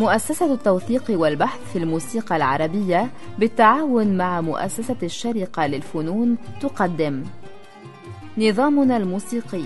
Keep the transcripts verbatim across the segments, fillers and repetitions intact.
مؤسسة التوثيق والبحث في الموسيقى العربية بالتعاون مع مؤسسة الشارقة للفنون تقدم نظامنا الموسيقي.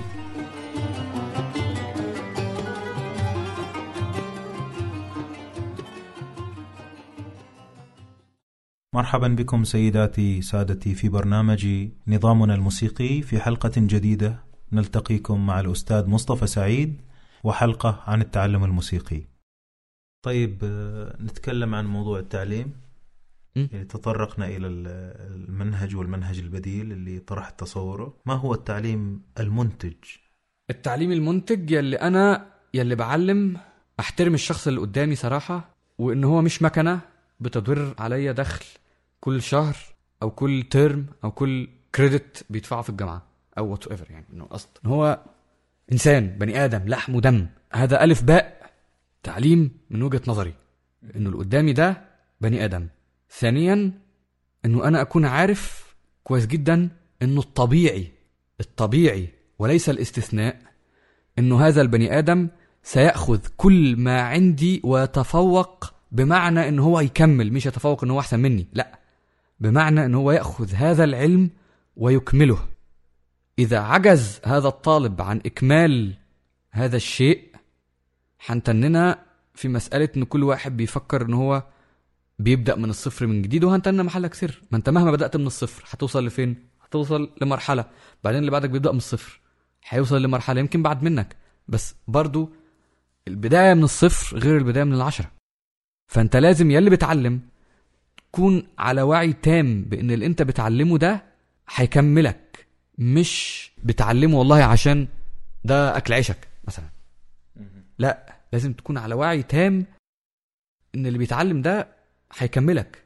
مرحبا بكم سيداتي سادتي في برنامج نظامنا الموسيقي، في حلقة جديدة نلتقيكم مع الأستاذ مصطفى سعيد وحلقة عن التعلم الموسيقي. طيب نتكلم عن موضوع التعليم. يعني تطرقنا إلى المنهج والمنهج البديل اللي طرح تصوره. ما هو التعليم المنتج؟ التعليم المنتج يلي أنا يلي بعلم أحترم الشخص اللي قدامي صراحة، وإنه هو مش مكنة بتدور عليا دخل كل شهر أو كل ترم أو كل كريدت بيدفعه في الجامعة أو whatever. يعني إنه أصلا هو إنسان بني آدم لحم ودم. هذا ألف باء تعليم من وجهة نظري، إنه اللي قدامي ده بني آدم. ثانيا إنه أنا أكون عارف كويس جدا إنه الطبيعي الطبيعي وليس الاستثناء إنه هذا البني آدم سيأخذ كل ما عندي ويتفوق، بمعنى إنه هو يكمل، مش يتفوق إنه هو أحسن مني، لا، بمعنى إنه هو يأخذ هذا العلم ويكمله. إذا عجز هذا الطالب عن إكمال هذا الشيء، حنتننا في مسألة إنه كل واحد بيفكر إنه هو بيبدأ من الصفر من جديد، وهنتننا محلك سر. ما أنت مهما بدأت من الصفر هتوصل لفين؟ هتوصل لمرحلة، بعدين اللي بعدك بيبدأ من الصفر هيوصل لمرحلة يمكن بعد منك، بس برضو البداية من الصفر غير البداية من العشرة. فأنت لازم يلي بتعلم تكون على وعي تام بأن اللي أنت بتعلمه ده هيكملك، مش بتعلمه والله عشان ده أكل عيشك مثلا. لا، لازم تكون على وعي تام ان اللي بيتعلم ده هيكملك،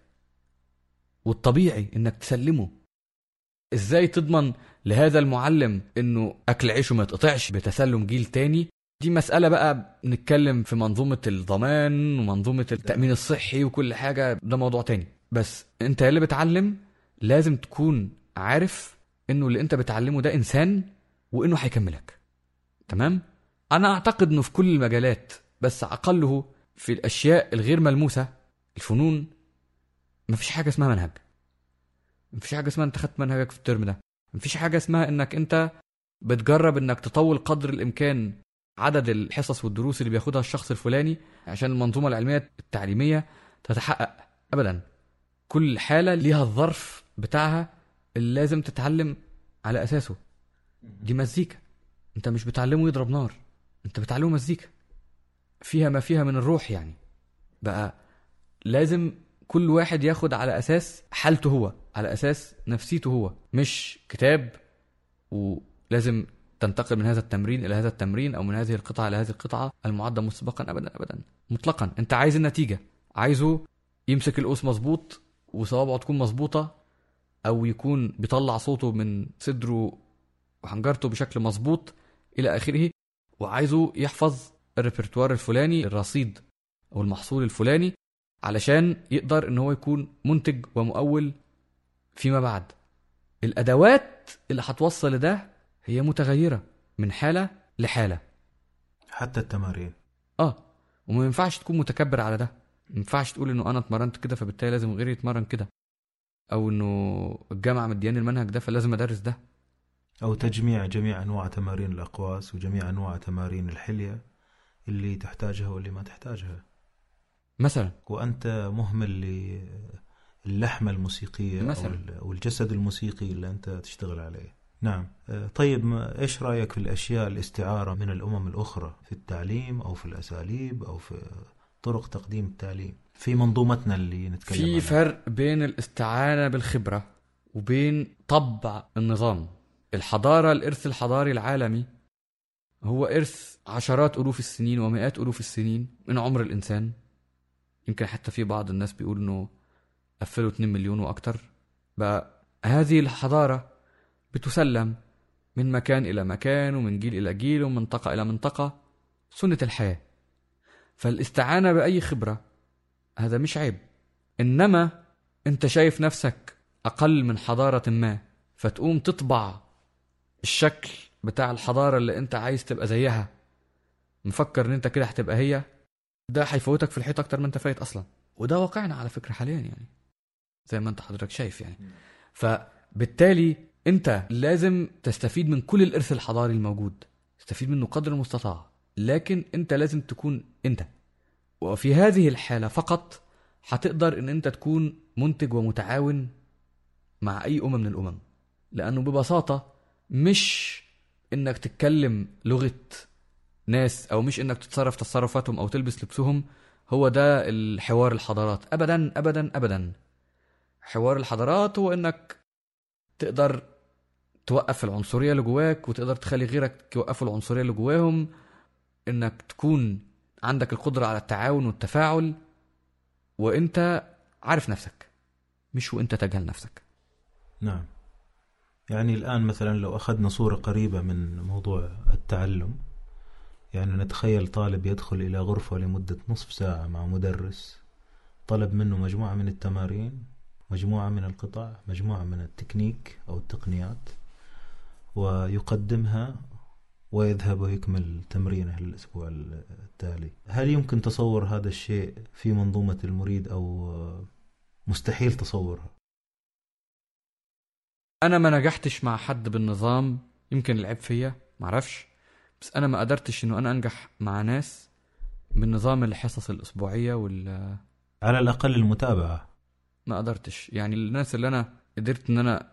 والطبيعي انك تسلمه. ازاي تضمن لهذا المعلم انه اكل عيشه ما يتقطعش بتسلم جيل تاني؟ دي مسألة بقى نتكلم في منظومة الضمان ومنظومة التأمين الصحي وكل حاجة، ده موضوع تاني. بس انت اللي بتعلم لازم تكون عارف انه اللي انت بتعلمه ده انسان وانه هيكملك. تمام؟ انا اعتقد انه في كل المجالات، بس اقله في الاشياء الغير ملموسة، الفنون، مفيش حاجة اسمها منهج. مفيش حاجة اسمها انت خدت منهجك في الترم ده. مفيش حاجة اسمها انك انت بتجرب انك تطول قدر الامكان عدد الحصص والدروس اللي بياخدها الشخص الفلاني عشان المنظومة العلمية التعليمية تتحقق. ابدا، كل حالة ليها الظرف بتاعها اللي لازم تتعلم على اساسه. دي مزيكا، انت مش بتعلمه يضرب نار، انت بتعلمه مزيكا فيها ما فيها من الروح. يعني بقى لازم كل واحد ياخد على اساس حالته هو، على اساس نفسيته هو، مش كتاب ولازم تنتقل من هذا التمرين الى هذا التمرين او من هذه القطعة الى هذه القطعة المعدة مسبقا. ابدا ابدا مطلقا. انت عايز النتيجة، عايزه يمسك القوس مظبوط وصوابعه تكون مظبوطة، او يكون بيطلع صوته من صدره وحنجرته بشكل مظبوط الى اخره، وعايزه يحفظ الريperتوار الفلاني، الرصيد او المحصول الفلاني، علشان يقدر ان هو يكون منتج ومؤول فيما بعد. الادوات اللي هتوصل لده هي متغيرة من حالة لحالة، حتى التمارين. اه وما ينفعش تكون متكبر على ده. ما ينفعش تقول انه انا اتمرنت كده فبالتالي لازم غيري يتمرن كده، او انه الجامعة مدياني المنهج ده فلازم ادرس ده، او تجميع جميع انواع تمارين الاقواس وجميع انواع تمارين الحلية اللي تحتاجها واللي ما تحتاجها مثلا، وانت مهمل للحمة الموسيقية مثلا، او الجسد الموسيقي اللي انت تشتغل عليه. نعم. طيب، ما إيش رأيك في الأشياء الاستعارة من الأمم الأخرى في التعليم أو في الأساليب أو في طرق تقديم التعليم في منظومتنا اللي نتكلم عنها؟ في فرق بين الاستعانة بالخبرة وبين طبع النظام. الحضارة، الإرث الحضاري العالمي هو إرث عشرات ألوف السنين ومئات ألوف السنين من عمر الإنسان. يمكن حتى في بعض الناس بيقول إنه قفلوا اتنين مليون وأكتر. بقى هذه الحضارة بتسلم من مكان إلى مكان ومن جيل إلى جيل ومن منطقة إلى منطقة، سنة الحياة. فالاستعانة بأي خبرة هذا مش عيب، إنما أنت شايف نفسك أقل من حضارة ما فتقوم تطبع الشكل بتاع الحضارة اللي أنت عايز تبقى زيها، مفكر إن أنت كده هتبقى هي. ده هيفوتك في الحيط اكتر ما انت فايت اصلا. وده واقعنا على فكرة حاليا يعني، زي ما انت حضرتك شايف يعني. فبالتالي انت لازم تستفيد من كل الارث الحضاري الموجود، تستفيد منه قدر المستطاع، لكن انت لازم تكون انت. وفي هذه الحالة فقط هتقدر ان انت تكون منتج ومتعاون مع اي امم من الامم. لانه ببساطة مش انك تتكلم لغة ناس، او مش انك تتصرف تصرفاتهم او تلبس لبسهم هو ده الحوار الحضارات. ابدا ابدا ابدا. حوار الحضارات هو انك تقدر توقف العنصرية اللي جواك، وتقدر تخلي غيرك يوقفوا العنصرية اللي جواهم، انك تكون عندك القدرة على التعاون والتفاعل، وانت عارف نفسك مش وانت تجهل نفسك. نعم. يعني الآن مثلا لو أخذنا صورة قريبة من موضوع التعلم، يعني نتخيل طالب يدخل إلى غرفة لمدة نصف ساعة مع مدرس طلب منه مجموعة من التمارين، مجموعة من القطع، مجموعة من التكنيك أو التقنيات، ويقدمها ويذهب ويكمل تمرينه الأسبوع التالي. هل يمكن تصور هذا الشيء في منظومة المريد أو مستحيل تصورها؟ أنا ما نجحتش مع حد بالنظام، يمكن العيب فيا معرفش، بس أنا ما قدرتش إنه أنا أنجح مع ناس بالنظام الحصص الأسبوعية وال على الأقل المتابعة. ما قدرتش. يعني الناس اللي أنا قدرت إن أنا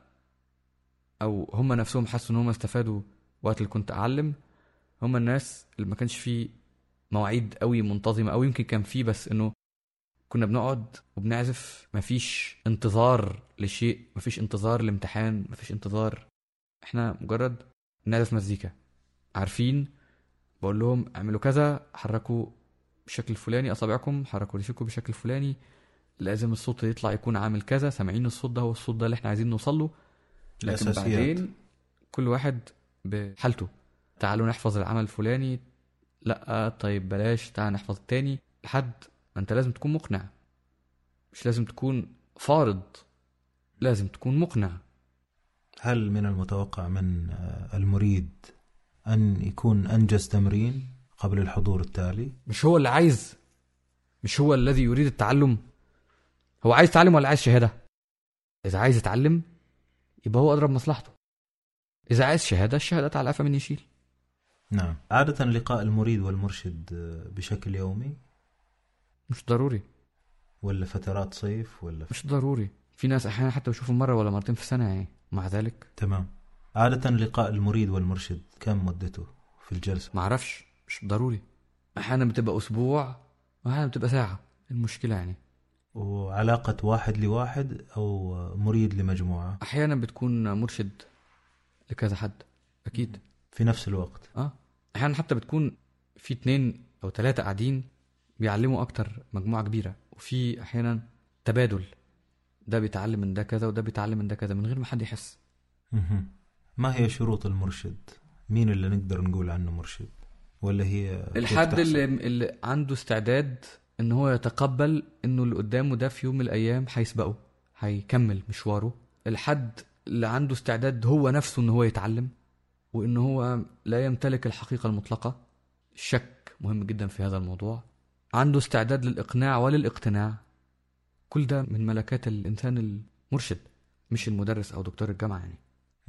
أو هم نفسهم حسوا إن هم استفادوا وقت اللي كنت أعلم، هم الناس اللي ما كانش فيه مواعيد قوي منتظمة، أو يمكن كان فيه بس إنه كنا بنقعد وبنعزف، مفيش انتظار لشيء، مفيش انتظار لامتحان، مفيش انتظار. احنا مجرد نعزف مزيكا، عارفين بقول لهم اعملوا كذا، حركوا بشكل فلاني اصابعكم، حركوا رجلكم بشكل فلاني، لازم الصوت يطلع يكون عامل كذا، سامعين الصوت ده هو الصوت ده اللي احنا عايزين نوصل له. لكن بعدين كل واحد بحالته، تعالوا نحفظ العمل الفلاني، لا طيب بلاش، تعال نحفظ التاني، لحد ما انت لازم تكون مقنع. مش لازم تكون فارض، لازم تكون مقنع. هل من المتوقع من المريد أن يكون أنجز تمرين قبل الحضور التالي؟ مش هو اللي عايز، مش هو الذي يريد التعلم. هو عايز تعلم ولا عايز شهادة؟ إذا عايز يتعلم يبقى هو أضرب مصلحته. إذا عايز شهادة، الشهادة على قفا من يشيل. نعم. عادة لقاء المريد والمرشد بشكل يومي؟ مش ضروري. ولا فترات صيف ولا؟ مش ضروري. في ناس أحيانا حتى بيشوفوا مرة ولا مرتين في السنة يعني، مع ذلك تمام. عادة لقاء المريد والمرشد كم مدته في الجلسة؟ معرفش، مش ضروري. أحيانا بتبقى أسبوع، وأحيانا بتبقى ساعة. المشكلة يعني وعلاقة واحد لواحد أو مريد لمجموعة؟ أحيانا بتكون مرشد لكذا حد أكيد في نفس الوقت. آه أحيانا حتى بتكون في اتنين أو تلاتة قاعدين بيعلموا أكتر مجموعة كبيرة، وفي أحيانا تبادل، ده بيتعلم من ده كذا وده بيتعلم من ده كذا من غير ما حد يحس. ما هي شروط المرشد؟ مين اللي نقدر نقول عنه مرشد؟ ولا هي الحد اللي, اللي عنده استعداد ان هو يتقبل انه اللي قدامه ده في يوم من الايام هيسبقه، هيكمل مشواره. الحد اللي عنده استعداد هو نفسه ان هو يتعلم، وان هو لا يمتلك الحقيقة المطلقة. الشك مهم جدا في هذا الموضوع. عنده استعداد للاقناع وللاقتناع. كل ده من ملكات الانسان المرشد، مش المدرس او دكتور الجامعة يعني.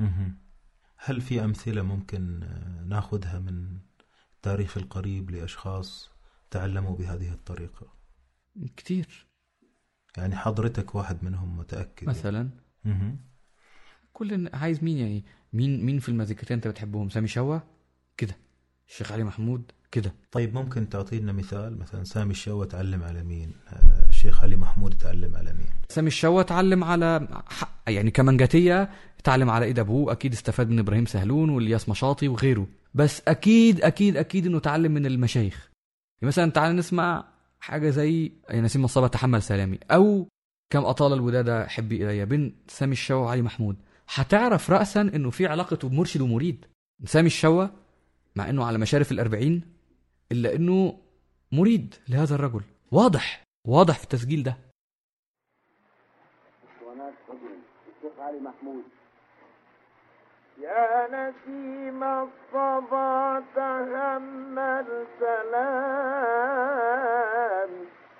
هل في أمثلة ممكن ناخدها من التاريخ القريب لأشخاص تعلموا بهذه الطريقة؟ كتير. يعني حضرتك واحد منهم متأكد مثلا؟ يعني. كل عايز مين يعني؟ مين مين في المزيكتين انت بتحبهم؟ سامي شوا كده، الشيخ علي محمود كده. طيب ممكن تعطينا مثال؟ مثلا سامي الشوا تعلم على مين؟ الشيخ علي محمود تعلم على مين؟ سامي الشوا تعلم على يعني كمانجاتية، تعلم على ايد ابوه، اكيد استفاد من ابراهيم سهلون والياس مشاطي وغيره. بس اكيد اكيد اكيد انه تعلم من المشايخ. يعني مثلا تعال نسمع حاجة زي نسيم مصابة تحمل سلامي، او كم اطال الودادة حبي الي بين سامي الشوا وعلي محمود. هتعرف رأسا انه في علاقة مرشد ومريد. سامي الشوا مع انه على مشارف الاربعين الا انه مريد لهذا الرجل، واضح واضح في التسجيل ده. اسطوانات الشيخ علي محمود يا نسيم الصبا تهمل سلام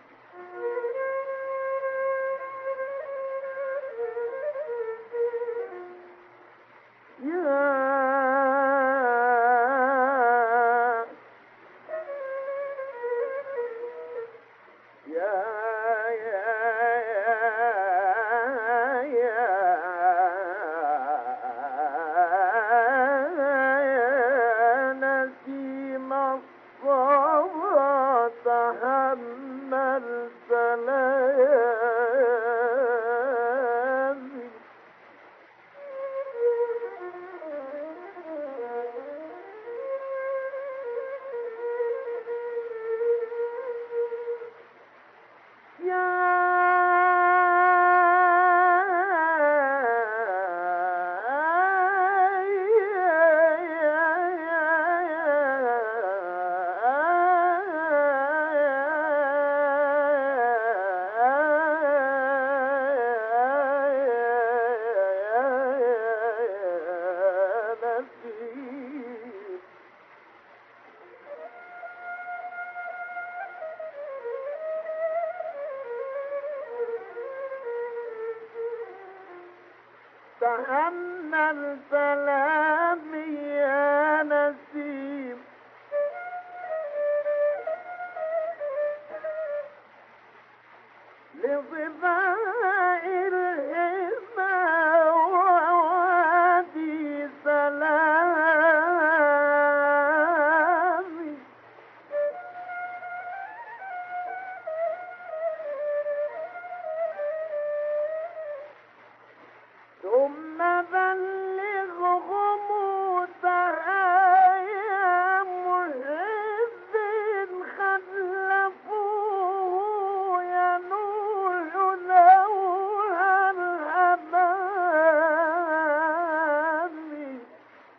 يا تهنى السلام يا نسيم لظباء الهمة ووادي سلامي ثم بلغهم تهايا محب خلفوه ينوح لوها الهمام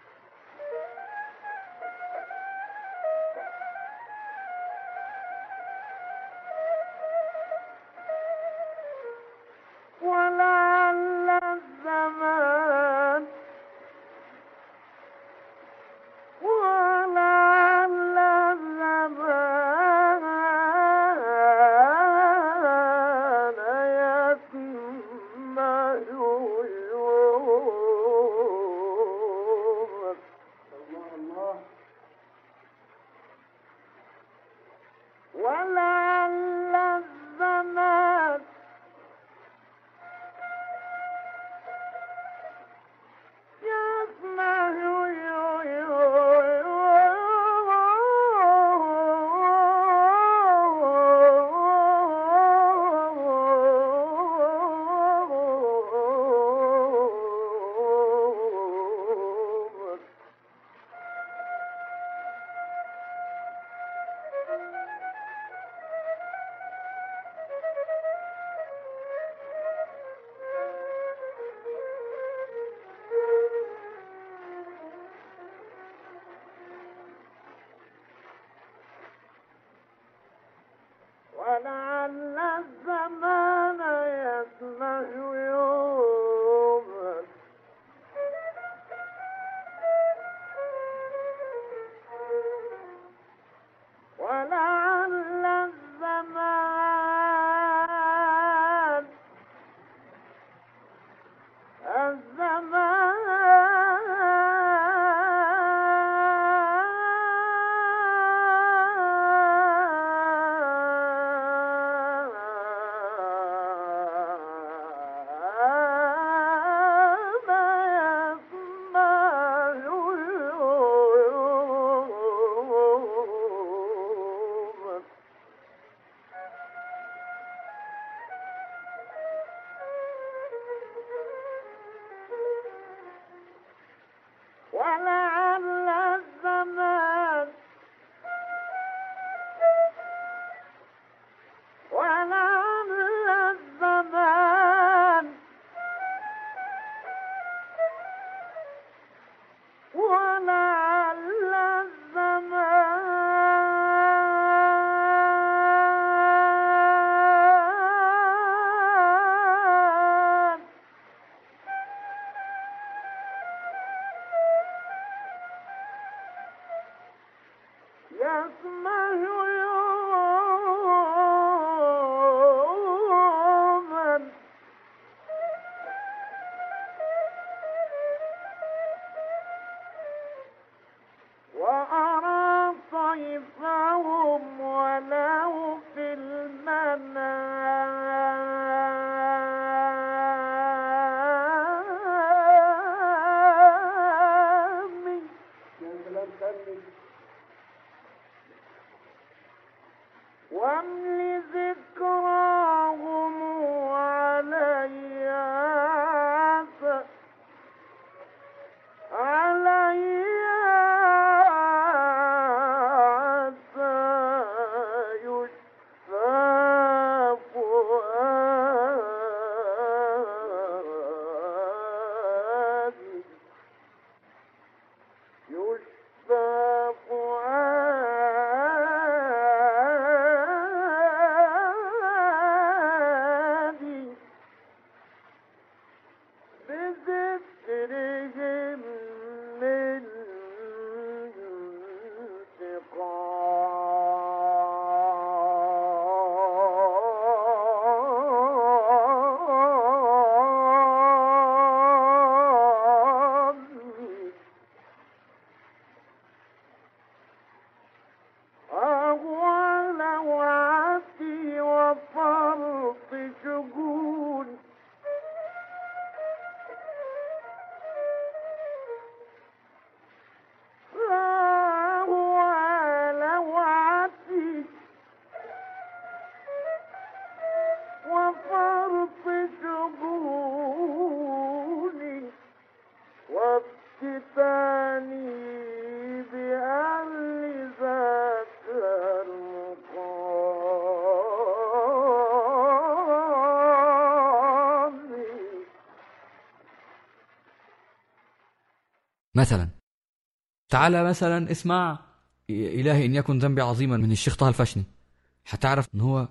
ولعل الزمان ولعل الزمان يسمع عيوبك. الله الله. ولعل الزمان ولعل الزمان يسمع يوما ولعل الزمان الزمان ولعل الزمان ولعل الزمان ولعل الزمان مثلا تعالى مثلا اسمع إلهي إن يكن ذنبي عظيما من الشيخ طه الفشني، هتعرف إن هو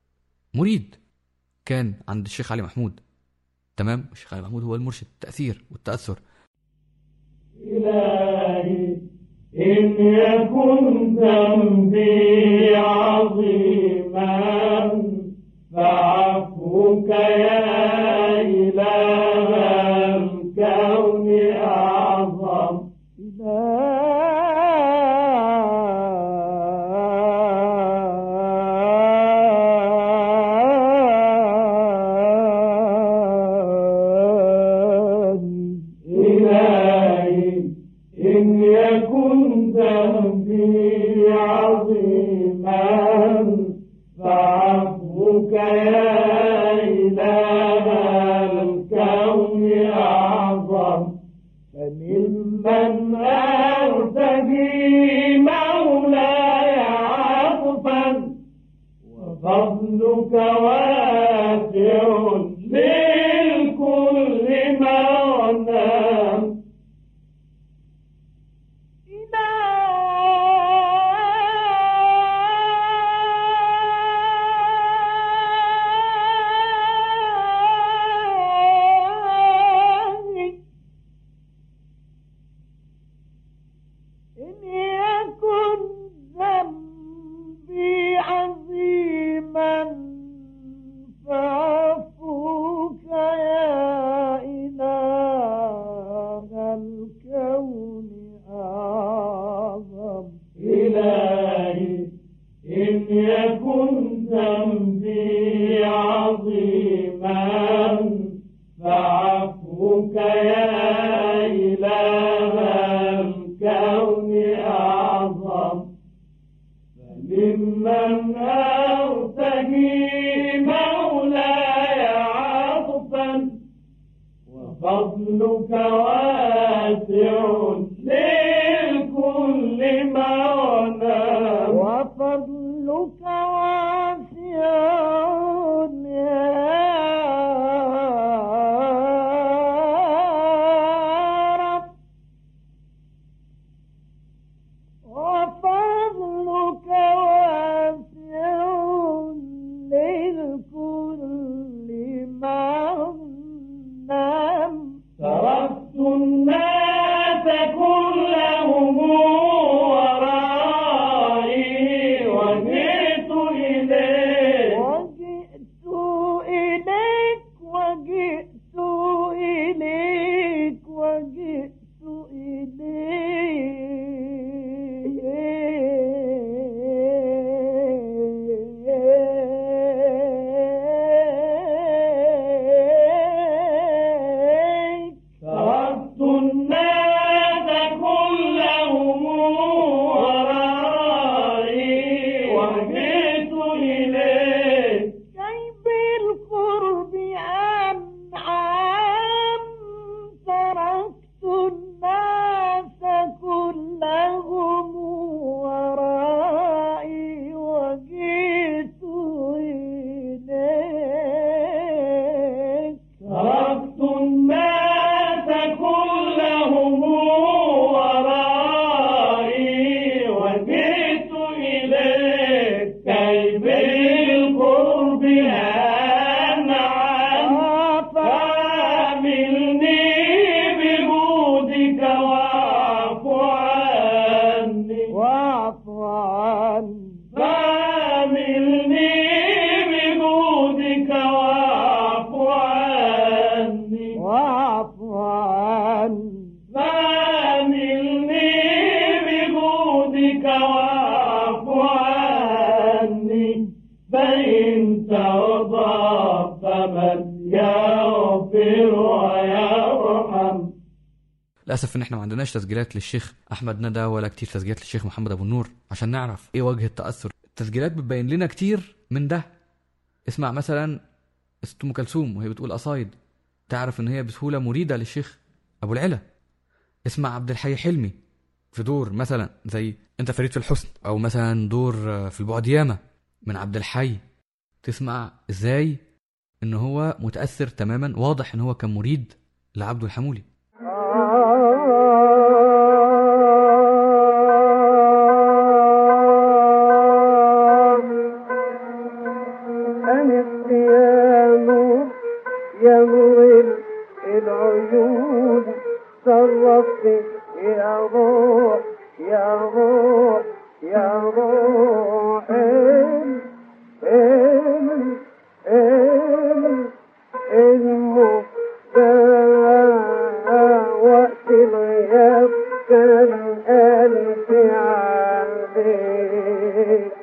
مريد كان عند الشيخ علي محمود. تمام، الشيخ علي محمود هو المرشد، التأثير والتأثر. إلهي إن يكن ذنبي عظيما فعفوك يا إله الكون أعظم. من أرتدي مولاي عطفا وفضلك واسع للكل مغنم. ممن أرتجي مولاي عطفا وفضلك واسع للكل مغنى وفضلك واسع تركت الناس كلهم وراء للاسف ان احنا ما عندناش تسجيلات للشيخ احمد ندى ولا كتير تسجيلات للشيخ محمد ابو النور عشان نعرف ايه وجه التاثر. التسجيلات بتبين لنا كتير من ده. اسمع مثلا ست ام كلثوم وهي بتقول قصايد، تعرف ان هي بسهوله مريده للشيخ ابو العلا. اسمع عبد الحي حلمي في دور مثلا زي انت فريد في الحسن، او مثلا دور في البعد ياما من عبد الحي، تسمع ازاي ان هو متاثر تماما، واضح ان هو كان مريد لعبد الحمولي. العيون صرفت يا روح يا روح يا روح ال ال ال المبتلى وقت الغياب كان قلبي عليك.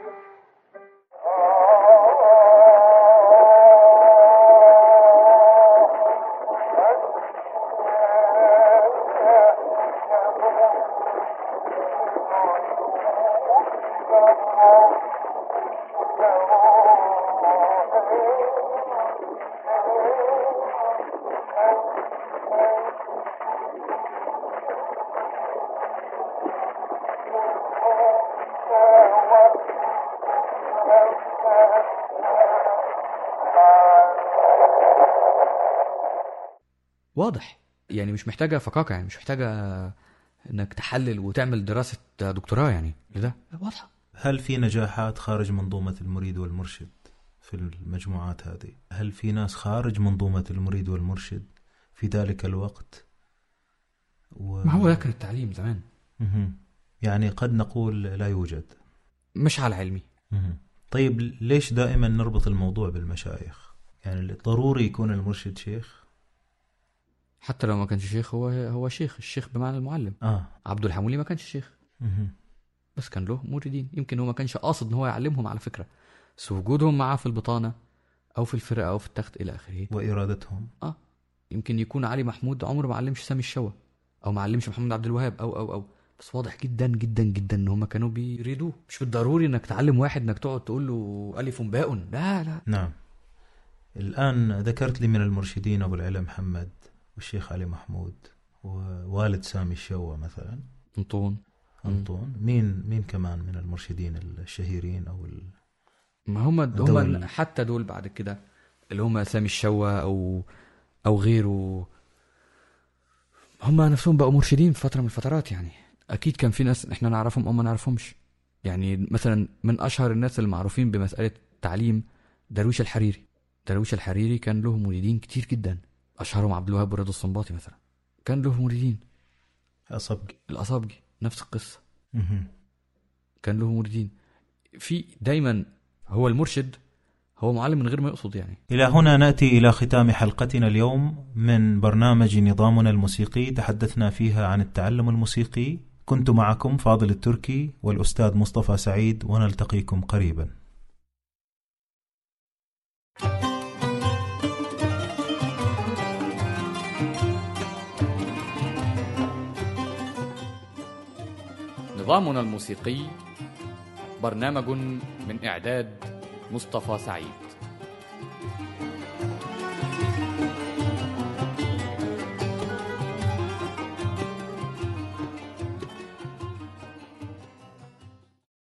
واضح يعني مش محتاجه فكاكه، يعني مش محتاجه انك تحلل وتعمل دراسه دكتوراه يعني لده، واضحه. هل في نجاحات خارج منظومه المريد والمرشد في المجموعات هذه؟ هل في ناس خارج منظومه المريد والمرشد في ذلك الوقت؟ و... ما هو لكن التعليم زمان مه. يعني قد نقول لا يوجد، مش على علمي. مه. طيب ليش دائما نربط الموضوع بالمشايخ؟ يعني ضروري يكون المرشد شيخ؟ حتى لو ما كانش شيخ هو هو شيخ، الشيخ بمعنى المعلم. اه عبد الحمولي ما كانش شيخ، مه. بس كان له مريدين. يمكن هو ما كانش قاصد ان هو يعلمهم على فكره، بس وجودهم معاه في البطانه او في الفرقه او في التخت الى اخره وارادتهم. اه يمكن يكون علي محمود عمره ما علمش سامي الشوا او ما علمش محمد عبد الوهاب او او او بس واضح جدا جدا جدا ان هم كانوا بيريدوه. مش بالضروري انك تعلم واحد انك تقعد تقول له الف باء، لا لا. نعم. الان ذكرت لي من المرشدين ابو العلا محمد والشيخ علي محمود ووالد سامي الشوا مثلا انطون انطون مين مين كمان من المرشدين الشهيرين او ال... ما هم هم حتى دول بعد كده اللي هم سامي الشوا او او غيره، هم نفسهم بقوا مرشدين في فتره من الفترات. يعني اكيد كان في ناس احنا نعرفهم او ما نعرفهمش. يعني مثلا من اشهر الناس المعروفين بمساله التعليم درويش الحريري. درويش الحريري كان له مريدين كتير جدا، اشهرهم عبد الوهاب ورضا الصنباطي مثلا، كان له مريدين. اصبجي الاصابجي نفس القصه، م- كان له مريدين. في دايما هو المرشد هو معلم من غير ما يقصد. يعني إلى هنا نأتي إلى ختام حلقتنا اليوم من برنامج نظامنا الموسيقي، تحدثنا فيها عن التعلم الموسيقي. كنت معكم فاضل التركي والأستاذ مصطفى سعيد، ونلتقيكم قريبا. نظامنا الموسيقي برنامج من إعداد مصطفى سعيد.